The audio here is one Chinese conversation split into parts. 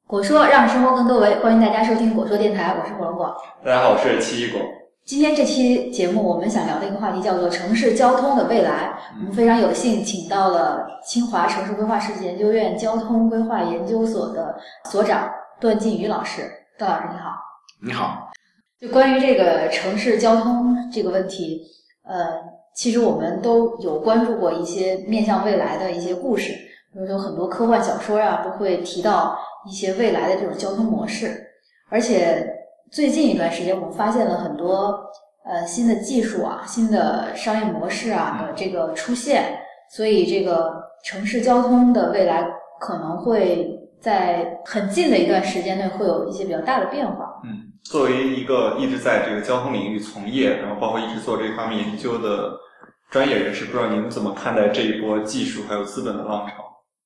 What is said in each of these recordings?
果说让生活更多维，欢迎大家收听果说电台，我是火龙果。 大家好，我是奇异果。 今天这期节目我们想聊的一个话题叫做城市交通的未来。我们非常有幸请到了清华城市规划设计研究院交通规划研究所的所长段进宇老师。段老师你好。 你好。 就关于这个城市交通这个问题，其实我们都有关注过一些面向未来的一些故事，比如说很多科幻小说啊都会提到一些未来的这种交通模式。而且最近一段时间我们发现了很多新的技术啊、新的商业模式啊的这个出现，所以这个城市交通的未来可能会在很近的一段时间内会有一些比较大的变化。 作为一个一直在这个交通领域从业，然后包括一直做这方面研究的专业人士，不知道您怎么看待这一波技术还有资本的浪潮？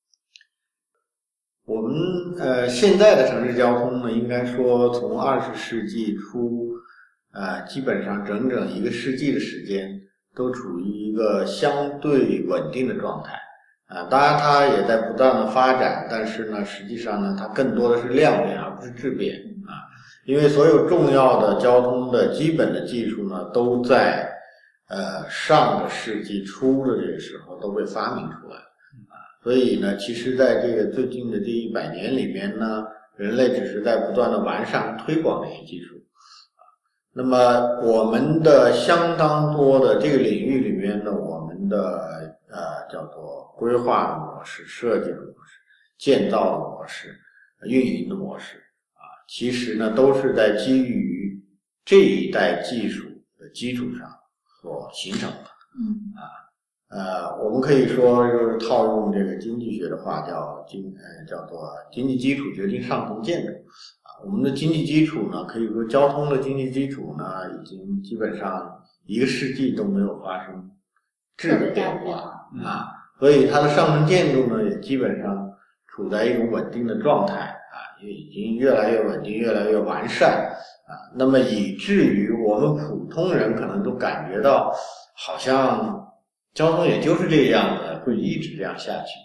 我们现在的城市交通呢，应该说从20世纪初，基本上整整1个世纪的时间都处于一个相对稳定的状态。当然它也在不断的发展，但是呢，实际上呢，它更多的是量变而不是质变啊。因为所有重要的交通的基本的技术呢，都在上个世纪初的这个时候都被发明出来。所以呢，其实在这个最近的这100年里面呢，人类只是在不断的完善推广这些技术。那么我们的相当多的这个领域里面呢，我们的叫做规划的模式、设计的模式、建造的模式、运营的模式其实呢都是在基于这一代技术的基础上所形成的。我们可以说就是套用这个经济学的话叫做经济基础决定上层建筑我们的经济基础呢，可以说交通的经济基础呢，已经基本上1个世纪都没有发生质的变化所以它的上层建筑呢，也基本上处在一种稳定的状态也已经越来越稳定，越来越完善那么以至于我们普通人可能都感觉到好像交通也就是这个样子，会一直这样下去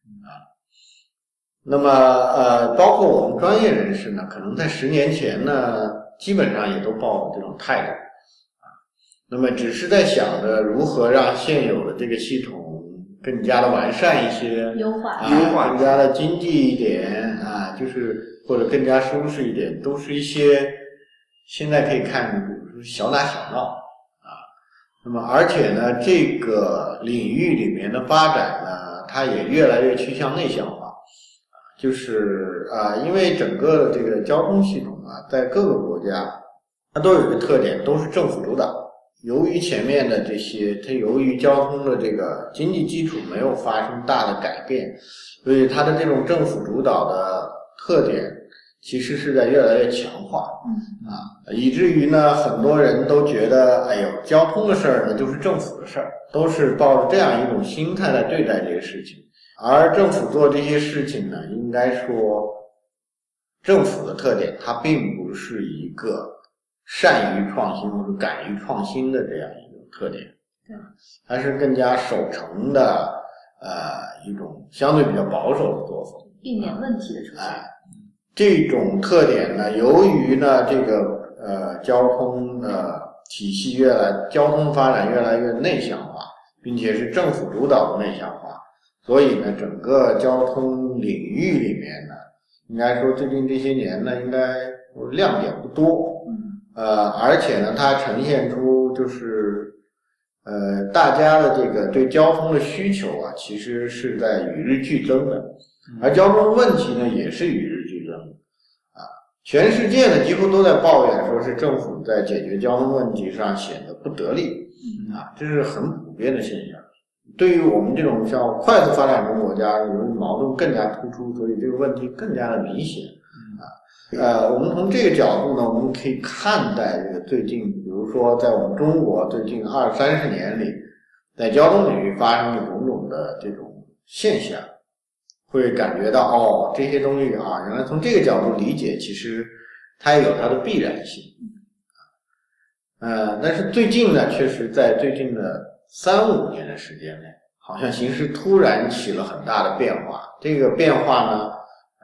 那么包括我们专业人士呢，可能在10年前呢，基本上也都抱着这种态度那么只是在想着如何让现有的这个系统更加的完善一些， 优化更加的经济一点就是或者更加舒适一点，都是一些现在可以看比如说小打小闹那么而且呢，这个领域里面的发展呢，它也越来越趋向内向化就是因为整个的这个交通系统在各个国家它都有一个特点，都是政府主导。由于前面的这些，它由于交通的这个经济基础没有发生大的改变，所以它的这种政府主导的特点其实是在越来越强化以至于呢，很多人都觉得哎呦，交通的事儿呢就是政府的事儿，都是抱着这样一种心态来对待这些事情。而政府做这些事情呢，应该说政府的特点，它并不是一个善于创新或者敢于创新的这样一种特点，它是更加守成的一种相对比较保守的作风， 避免问题的出现这种特点呢，由于呢这个交通体系交通发展越来越内向化，并且是政府主导的内向化，所以呢整个交通领域里面呢，应该说最近这些年呢，应该亮点不多而且呢它呈现出就是大家的这个对交通的需求其实是在与日俱增的，而交通问题呢也是与日俱增全世界呢几乎都在抱怨说是政府在解决交通问题上显得不得力这是很普遍的现象。对于我们这种像快速发展中国家，由于矛盾更加突出，所以这个问题更加的明显我们从这个角度呢，我们可以看待这个最近比如说在我们中国最近20-30年里，在交通领域发生的种种的这种现象，会感觉到这些东西原来从这个角度理解，其实它也有它的必然性但是最近呢，确实在最近的3-5年的时间内，好像形势突然起了很大的变化。这个变化呢，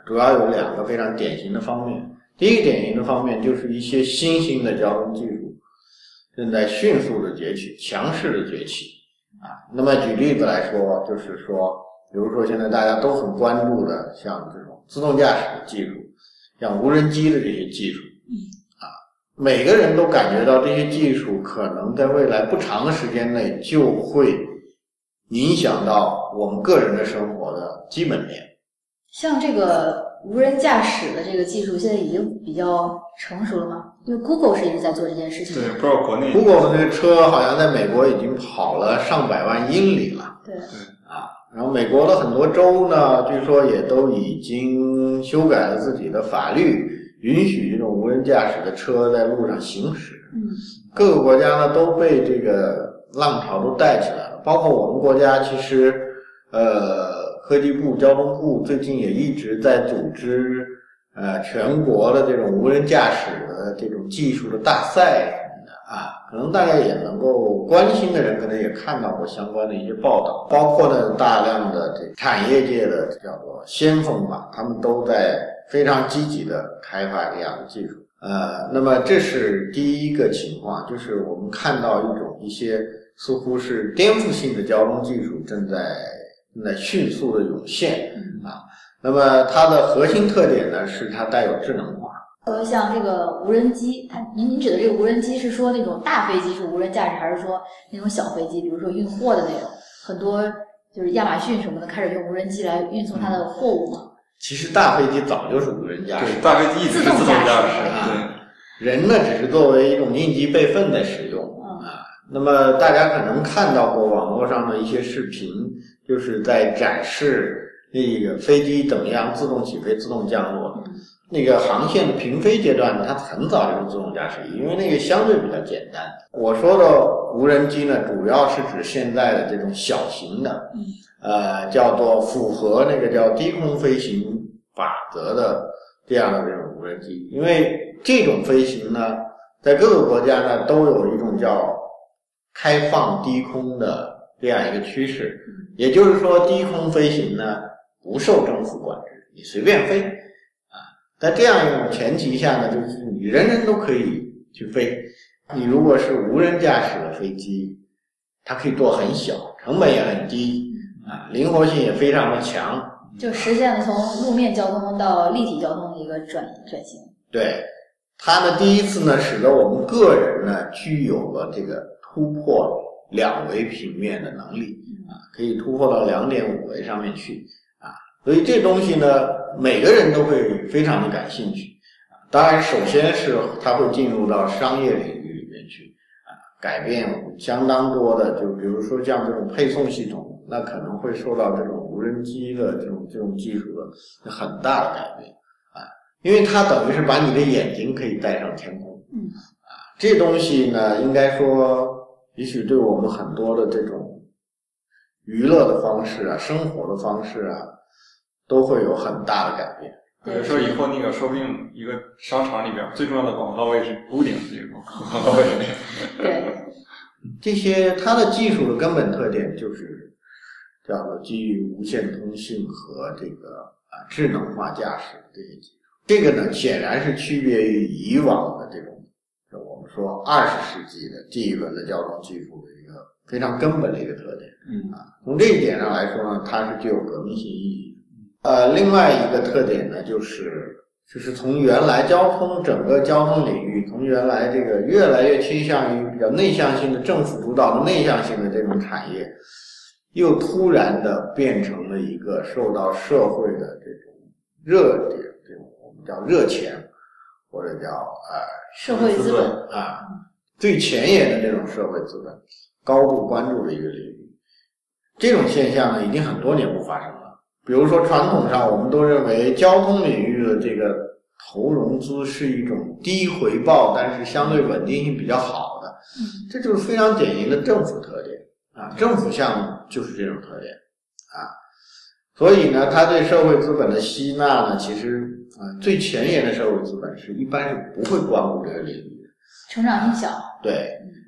主要有2个非常典型的方面。第一个典型的方面就是一些新兴的交通技术正在迅速的崛起，强势的崛起那么举例子来说，就是说比如说现在大家都很关注的像这种自动驾驶的技术，像无人机的这些技术每个人都感觉到这些技术可能在未来不长的时间内就会影响到我们个人的生活的基本面。 像这个无人驾驶的这个技术现在已经比较成熟了吗？因为 Google 是一直在做这件事情。 对，不知道国内 Google 的这个车好像在美国已经跑了上百万英里了。 对然后美国的很多州呢，据说也都已经修改了自己的法律，允许这种无人驾驶的车在路上行驶。各个国家呢都被这个浪潮都带起来了，包括我们国家其实科技部、交通部最近也一直在组织全国的这种无人驾驶的这种技术的大赛什么的可能大家也能够关心的人可能也看到过相关的一些报道，包括呢大量的这产业界的叫做先锋吧，他们都在非常积极的开发这样的技术。那么这是第一个情况，就是我们看到一些似乎是颠覆性的交通技术正在迅速的涌现那么它的核心特点呢是它带有智能化。 像这个无人机，您指的这个无人机是说那种大飞机是无人驾驶，还是说那种小飞机，比如说运货的那种？很多就是亚马逊什么的开始用无人机来运送它的货物嘛。 其实大飞机早就是无人驾驶， 对，大飞机一直是自动驾驶对，人呢只是作为一种应急备份在使用那么大家可能看到过网络上的一些视频，就是在展示那个飞机怎么样自动起飞、自动降落。那个航线的平飞阶段，它很早就是自动驾驶，因为那个相对比较简单。我说的无人机呢，主要是指现在的这种小型的，叫做符合那个叫低空飞行法则的这样的这种无人机。因为这种飞行呢，在各个国家呢都有一种叫开放低空的这样一个趋势，也就是说低空飞行呢不受政府管制，你随便飞在这样一种前提下呢，就是你人人都可以去飞。你如果是无人驾驶的飞机，它可以做很小，成本也很低灵活性也非常的强， 就实现了从路面交通到立体交通的一个转型。 对，它呢第一次呢使得我们个人呢具有了这个突破2维平面的能力可以突破到2.5维上面去所以这东西呢每个人都会非常的感兴趣当然首先是它会进入到商业领域里面去改变相当多的，就比如说像这种配送系统，那可能会受到这种无人机的这种技术的很大的改变因为它等于是把你的眼睛可以带上天空这东西呢应该说也许对我们很多的这种娱乐的方式生活的方式都会有很大的改变。 比如说以后那个说不定一个商场里边最重要的广告位是屋顶的这个广告位。 对， 这些它的技术的根本特点就是叫做基于无线通信和这个智能化驾驶这些技术。这个呢显然是区别于以往的这种我们说20世纪的这一轮的交通技术的一个非常根本的一个特点从这一点上来说呢，它是具有革命性意义另外一个特点呢就是从原来整个交通领域从原来这个越来越倾向于比较内向性的政府主导的内向性的这种产业，又突然的变成了一个受到社会的这种热点，这种我们叫热钱或者叫社会资本最前沿的这种社会资本高度关注的一个领域。这种现象呢已经很多年不发生了。比如说传统上我们都认为交通领域的这个投融资是一种低回报但是相对稳定性比较好的这就是非常典型的政府特点政府项目就是这种特点所以呢它对社会资本的吸纳呢其实最前沿的社会资本一般是不会关顾这个领域的， 成长性小。 对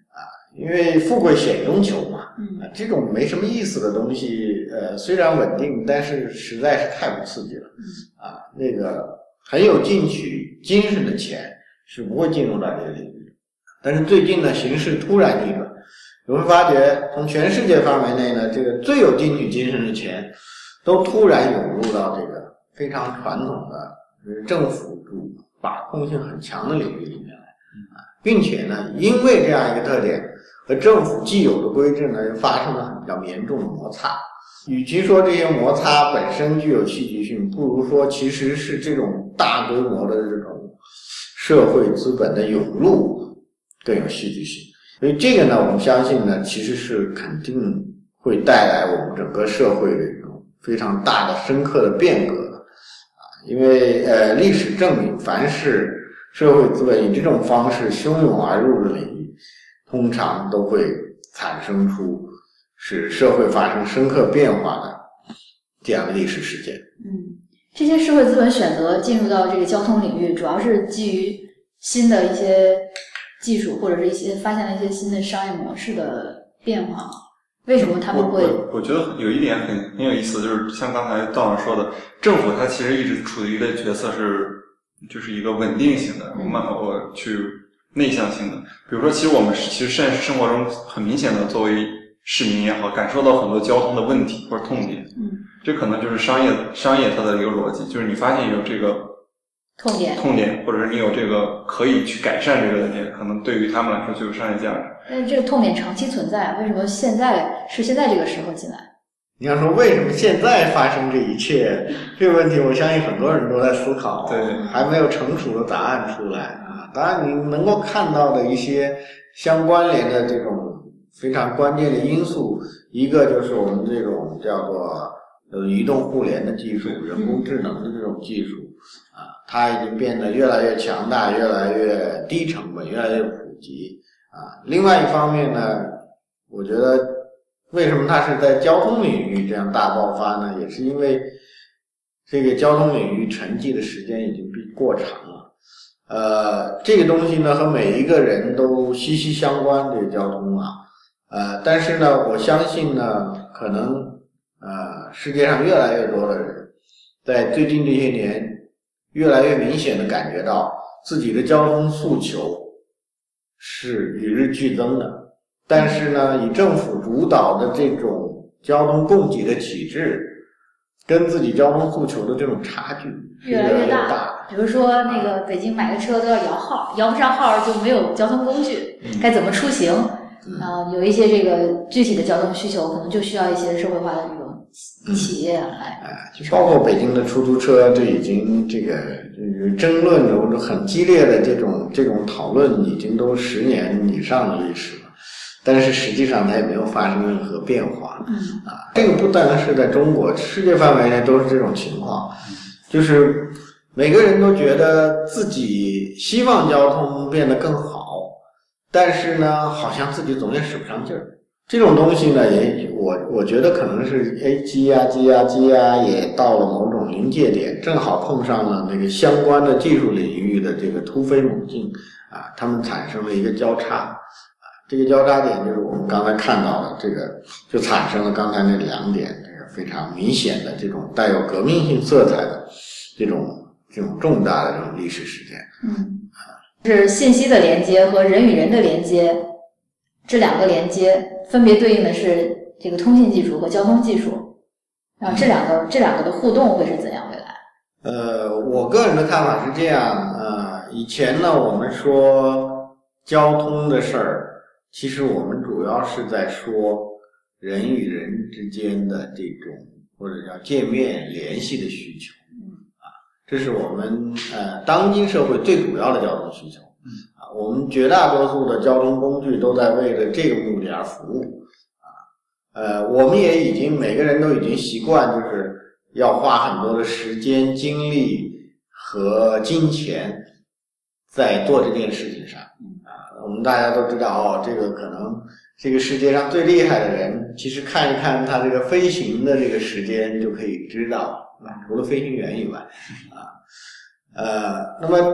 因为富贵险中求嘛，这种没什么意思的东西，虽然稳定，但是实在是太不刺激了，那个很有进取精神的钱是不会进入到这个领域的。但是最近呢，形势突然逆转，你会发觉从全世界范围内呢，这个最有进取精神的钱都突然涌入到这个非常传统的政府主把控性很强的领域里面来，并且呢，因为这样一个特点和政府既有的规制呢，发生了比较严重的摩擦。与其说这些摩擦本身具有戏剧性，不如说其实是这种大规模的这种社会资本的涌入更有戏剧性。所以这个呢，我们相信呢，其实是肯定会带来我们整个社会的这种非常大的深刻的变革的。因为历史证明，凡是社会资本以这种方式汹涌而入的领域，通常都会产生出使社会发生深刻变化的这样的历史事件。 这些社会资本选择进入到这个交通领域，主要是基于新的一些技术，或者是一些发现了一些新的商业模式的变化。为什么他们会？ 我觉得有一点很有意思，就是像刚才道长说的，政府它其实一直处于一个角色就是一个稳定型的，我去内向性的。比如说，其实现实生活中很明显的，作为市民也好，感受到很多交通的问题或者痛点。这可能就是商业它的一个逻辑，就是你发现有这个痛点，或者是你有这个可以去改善这个问题，可能对于他们来说就有商业价值。 但是这个痛点长期存在，为什么现在这个时候进来？ 你要说为什么现在发生这一切，这个问题我相信很多人都在思考， 对， 还没有成熟的答案出来啊。当然你能够看到的一些相关联的这种非常关键的因素，一个就是我们这种叫做移动互联的技术，人工智能的这种技术它已经变得越来越强大，越来越低成本，越来越普及另外一方面呢，我觉得为什么它是在交通领域这样大爆发呢？也是因为这个交通领域沉寂的时间已经过长了。这个东西呢和每一个人都息息相关，这个交通但是呢，我相信呢，可能世界上越来越多的人在最近这些年越来越明显的感觉到自己的交通诉求是与日俱增的。但是呢，以政府主导的这种交通供给的体制跟自己交通诉求的这种差距越来越大。比如说那个北京买个车都要摇号，摇不上号就没有交通工具，该怎么出行？有一些这个具体的交通需求，可能就需要一些社会化的这种企业来。 包括北京的出租车，这已经这个争论很激烈的这种讨论，已经都10年以上的历史了。但是实际上它也没有发生任何变化。这个不单是在中国，世界范围内都是这种情况，就是每个人都觉得自己希望交通变得更好，但是呢，好像自己总也使不上劲儿。这种东西呢，我觉得可能是积压也到了某种临界点，正好碰上了那个相关的技术领域的这个突飞猛进它们产生了一个交叉这个交叉点就是我们刚才看到的，这个就产生了刚才那2点，这个非常明显的这种带有革命性色彩的这种重大的这种历史事件。 是信息的连接和人与人的连接，这2个连接分别对应的是这个通信技术和交通技术。然后这两个的互动会是怎样？未来？ 我个人的看法是这样。以前呢，我们说交通的事儿，其实我们主要是在说人与人之间的这种或者叫见面联系的需求。这是我们当今社会最主要的交通需求。我们绝大多数的交通工具都在为了这个目的而服务。我们也已经每个人都已经习惯，就是要花很多的时间、精力和金钱在做这件事情上。我们大家都知道这个可能这个世界上最厉害的人，其实看一看他这个飞行的这个时间就可以知道，除了飞行员以外。那么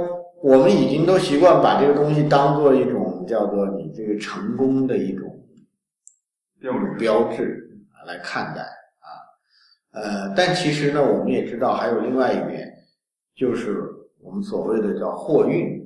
我们已经都习惯把这个东西当做一种叫做你这个成功的一种标志来看待啊。但其实呢，我们也知道还有另外一面，就是我们所谓的叫货运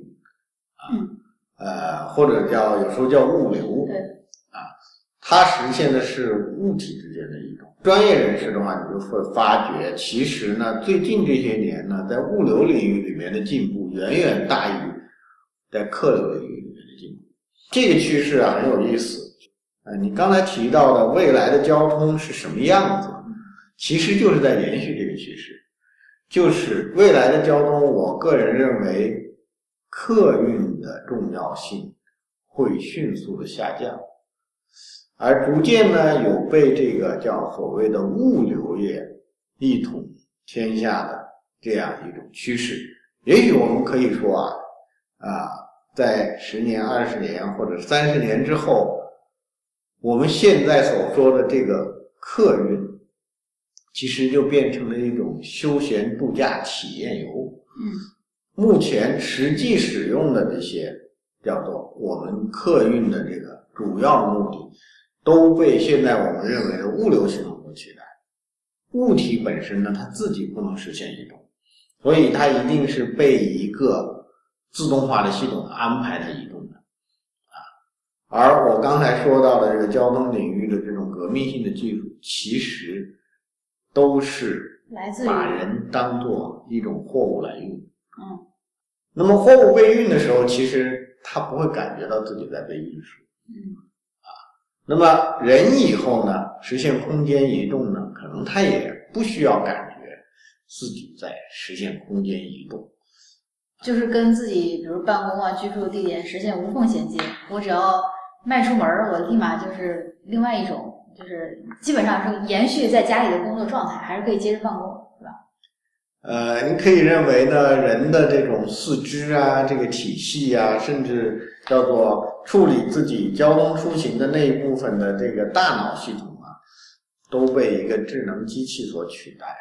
或者有时候叫物流， 对它实现的是物体之间的移动。专业人士的话，你就会发觉，其实呢，最近这些年呢，在物流领域里面的进步远远大于在客流领域里面的进步。这个趋势很有意思。你刚才提到的未来的交通是什么样子，其实就是在延续这个趋势。就是未来的交通，我个人认为客运的重要性会迅速的下降，而逐渐呢有被这个叫所谓的物流业一统天下的这样一种趋势。也许我们可以说在10年、20年或者30年之后，我们现在所说的这个客运其实就变成了一种休闲度假体验游。目前实际使用的这些叫做我们客运的这个主要的目的都被现在我们认为的物流系统所取代。物体本身呢，它自己不能实现移动，所以它一定是被一个自动化的系统安排它移动的而我刚才说到的这个交通领域的这种革命性的技术，其实都是把人当作一种货物来运。那么货物被运的时候，其实他不会感觉到自己在被运输。那么人以后呢，实现空间移动呢，可能他也不需要感觉自己在实现空间移动， 就是跟自己比如办公居住的地点实现无缝衔接。我只要迈出门，我立马就是另外一种，就是基本上是延续在家里的工作状态，还是可以接着办公，是吧？ 您可以认为呢，人的这种四肢这个体系甚至叫做处理自己交通出行的那一部分的这个大脑系统都被一个智能机器所取代。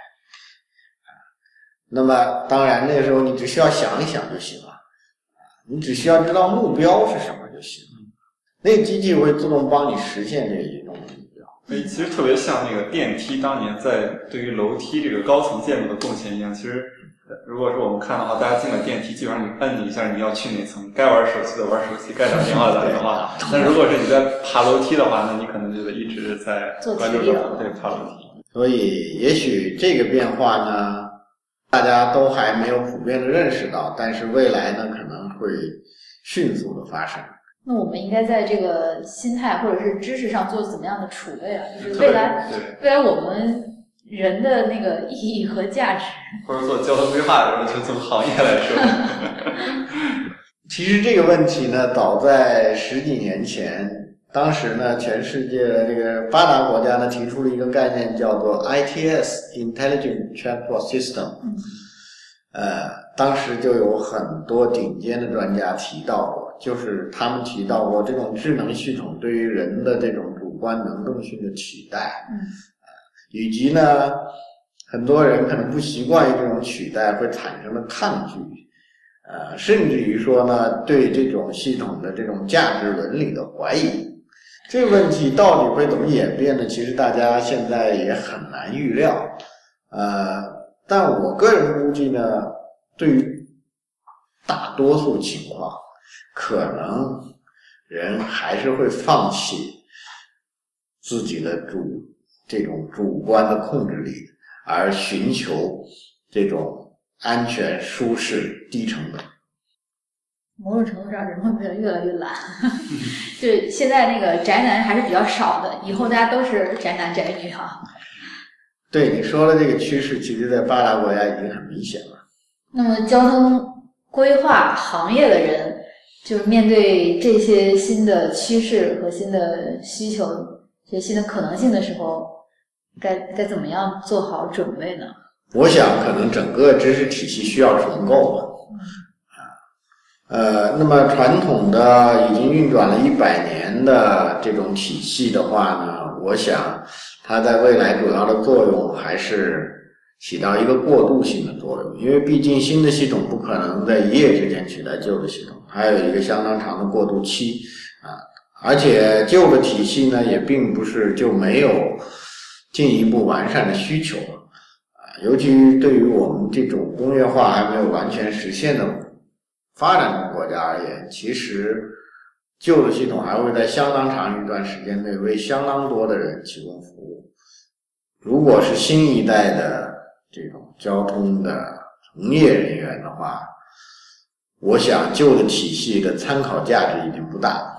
那么当然那时候你只需要想一想就行了，你只需要知道目标是什么就行了，那个机器会自动帮你实现这个移动的目标。 其实特别像那个电梯当年在对于楼梯这个高层建筑的贡献一样。其实如果说我们看的话，大家进了电梯，基本上你摁一下你要去哪层，该玩手机的玩手机，该打电话的打电话。但如果是你在爬楼梯的话，那你可能就得一直在关注着爬楼梯。 所以也许这个变化呢，大家都还没有普遍的认识到，但是未来呢可能会迅速的发生。 那我们应该在这个心态或者是知识上做怎么样的储备就是未来我们人的那个意义和价值， 或者做交通规划的时候，就从行业来说。 其实这个问题呢，早在10几年前，当时呢，全世界的这个发达国家呢，提出了一个概念，叫做 ITS Intelligent Transport System。当时就有很多顶尖的专家提到过，就是他们提到过这种智能系统对于人的这种主观能动性的取代，以及呢，很多人可能不习惯于这种取代会产生的抗拒，甚至于说呢，对这种系统的这种价值伦理的怀疑。这个问题到底会怎么演变呢？其实大家现在也很难预料。但我个人估计呢，对于大多数情况，可能人还是会放弃自己的这种主观的控制力，而寻求这种安全、舒适、低成本。 某种程度上，人会变得越来越懒。就现在那个宅男还是比较少的，以后大家都是宅男宅女对，你说的这个趋势，其实在发达国家已经很明显了。 那么交通规划行业的人，就是面对这些新的趋势和新的需求、这些新的可能性的时候，该怎么样做好准备呢？ 我想可能整个知识体系需要重构了。那么传统的已经运转了100年的这种体系的话呢，我想它在未来主要的作用还是起到一个过渡性的作用，因为毕竟新的系统不可能在一夜之间取代旧的系统，还有一个相当长的过渡期啊。而且旧的体系呢，也并不是就没有进一步完善的需求了啊。尤其对于我们这种工业化还没有完全实现的发展中国家而言，其实旧的系统还会在相当长一段时间内为相当多的人提供服务。如果是新一代的这种交通的从业人员的话，我想旧的体系的参考价值已经不大了。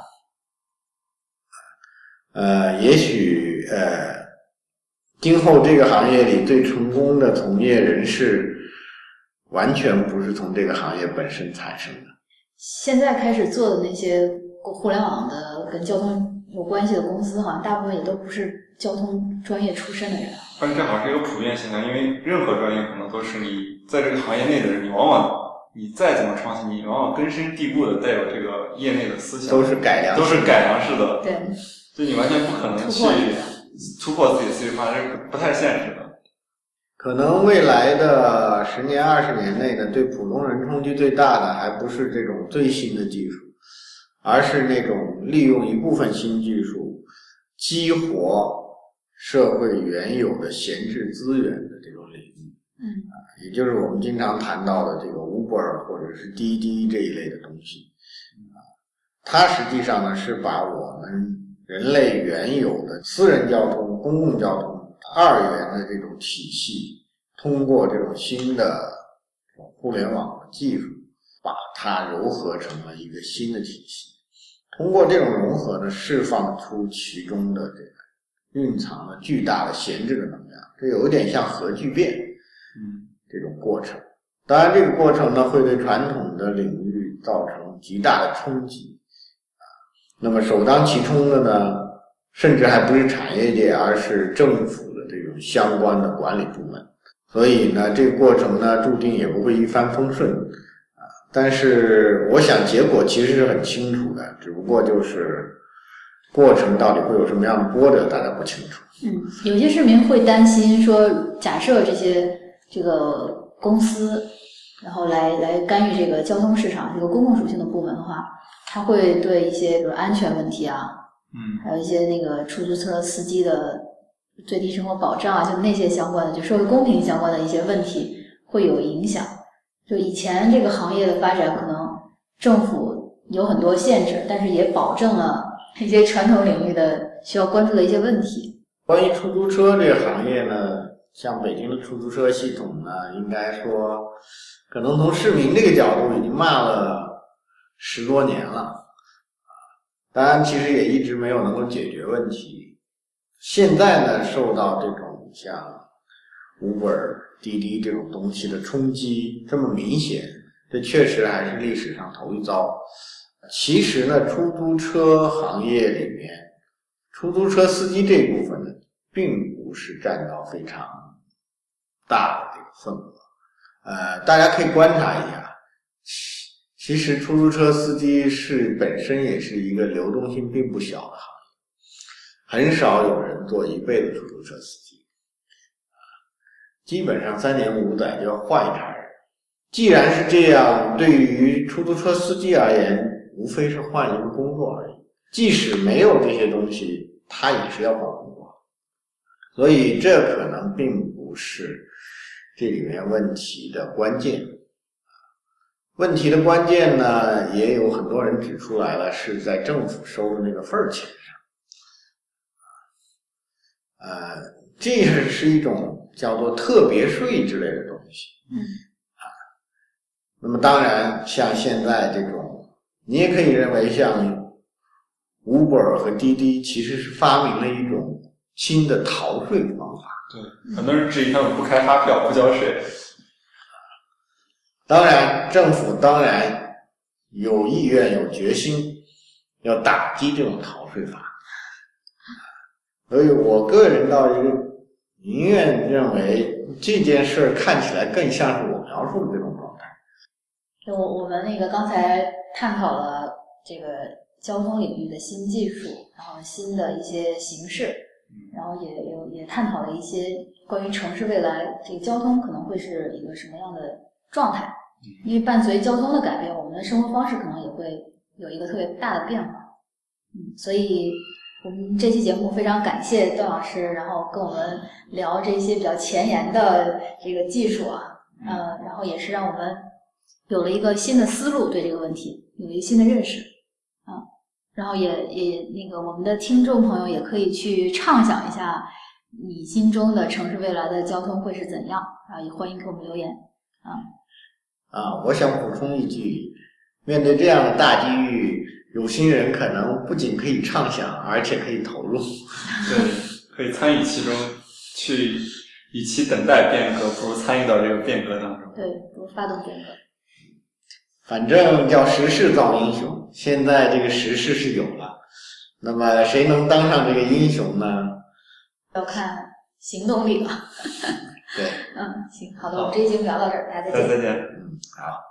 也许今后这个行业里最成功的从业人士完全不是从这个行业本身产生的。 现在开始做的那些互联网的跟交通有关系的公司，好像大部分也都不是交通专业出身的人。 但是这好像是一个普遍现象，因为任何专业可能都是你在这个行业内的人，你往往你再怎么创新，你往往根深蒂固的带有这个业内的思想， 都是改良式的。 对， 就你完全不可能去突破自己的思维方式，这是不太现实的。 可能未来的10年、20年内呢，对普通人冲击最大的还不是这种最新的技术，而是那种利用一部分新技术激活社会原有的闲置资源的这种领域。也就是我们经常谈到的这个 Uber 或者是滴滴这一类的东西。它实际上呢是把我们人类原有的私人交通、公共交通二元的这种体系，通过这种新的互联网的技术，把它糅合成了一个新的体系。通过这种融合呢，释放出其中的这个蕴藏了巨大的闲置的能量，这有点像核聚变这种过程。当然这个过程呢会对传统的领域造成极大的冲击。那么首当其冲的呢，甚至还不是产业界，而是政府的这种相关的管理部门。所以呢，这个过程呢，注定也不会一帆风顺啊。但是我想结果其实是很清楚的，只不过就是过程到底会有什么样的波折，大家不清楚。 有些市民会担心说，假设这个公司，然后来干预这个交通市场这个公共属性的部门的话，它会对一些比如安全问题啊，还有一些那个出租车司机的最低生活保障啊，就那些相关的，就社会公平相关的一些问题会有影响。就以前这个行业的发展，可能政府有很多限制，但是也保证了一些传统领域的需要关注的一些问题。 关于出租车这个行业呢，像北京的出租车系统呢，应该说可能从市民这个角度已经骂了10多年了。当然其实也一直没有能够解决问题。现在呢，受到这种像 Uber、滴滴这种东西的冲击这么明显，这确实还是历史上头一遭。其实呢，出租车行业里面，出租车司机这一部分呢，并不是占到非常大的这个份额。大家可以观察一下，其实出租车司机本身也是一个流动性并不小的行业，很少有人做一辈子出租车司机，基本上3年5载就要换一茬人。既然是这样，对于出租车司机而言，无非是换一个工作而已。即使没有这些东西，他也是要换工作。所以这可能并不是这里面问题的关键。问题的关键呢，也有很多人指出来了，是在政府收的那个份儿钱上。这是一种叫做特别税之类的东西。那么当然，像现在这种，你也可以认为像 Uber 和滴滴其实是发明了一种新的逃税方法。 对，很多人质疑他们不开发票、不交税。 当然，政府当然有意愿、有决心要打击这种逃税法。所以我个人倒是宁愿认为这件事看起来更像是我描述的这种状态。 我们那个刚才探讨了这个交通领域的新技术，然后新的一些形式， 然后也探讨了一些关于城市未来这个交通可能会是一个什么样的状态。因为伴随交通的改变，我们的生活方式可能也会有一个特别大的变化。所以我们这期节目非常感谢段老师，然后跟我们聊这些比较前沿的这个技术啊，然后也是让我们有了一个新的思路，对这个问题有一个新的认识啊。然后也那个我们的听众朋友也可以去畅想一下你心中的城市未来的交通会是怎样啊，也欢迎给我们留言我想补充一句，面对这样的大机遇，有心人可能不仅可以畅想，而且可以投入。 对，可以参与其中，去与其等待变革，不如参与到这个变革当中。 对，不如发动变革。 反正叫时势造英雄，现在这个时势是有了，那么谁能当上这个英雄呢？ 要看行动力了。 对， 行，好的，我们这期节目聊到这儿，大家再见。 再见。好。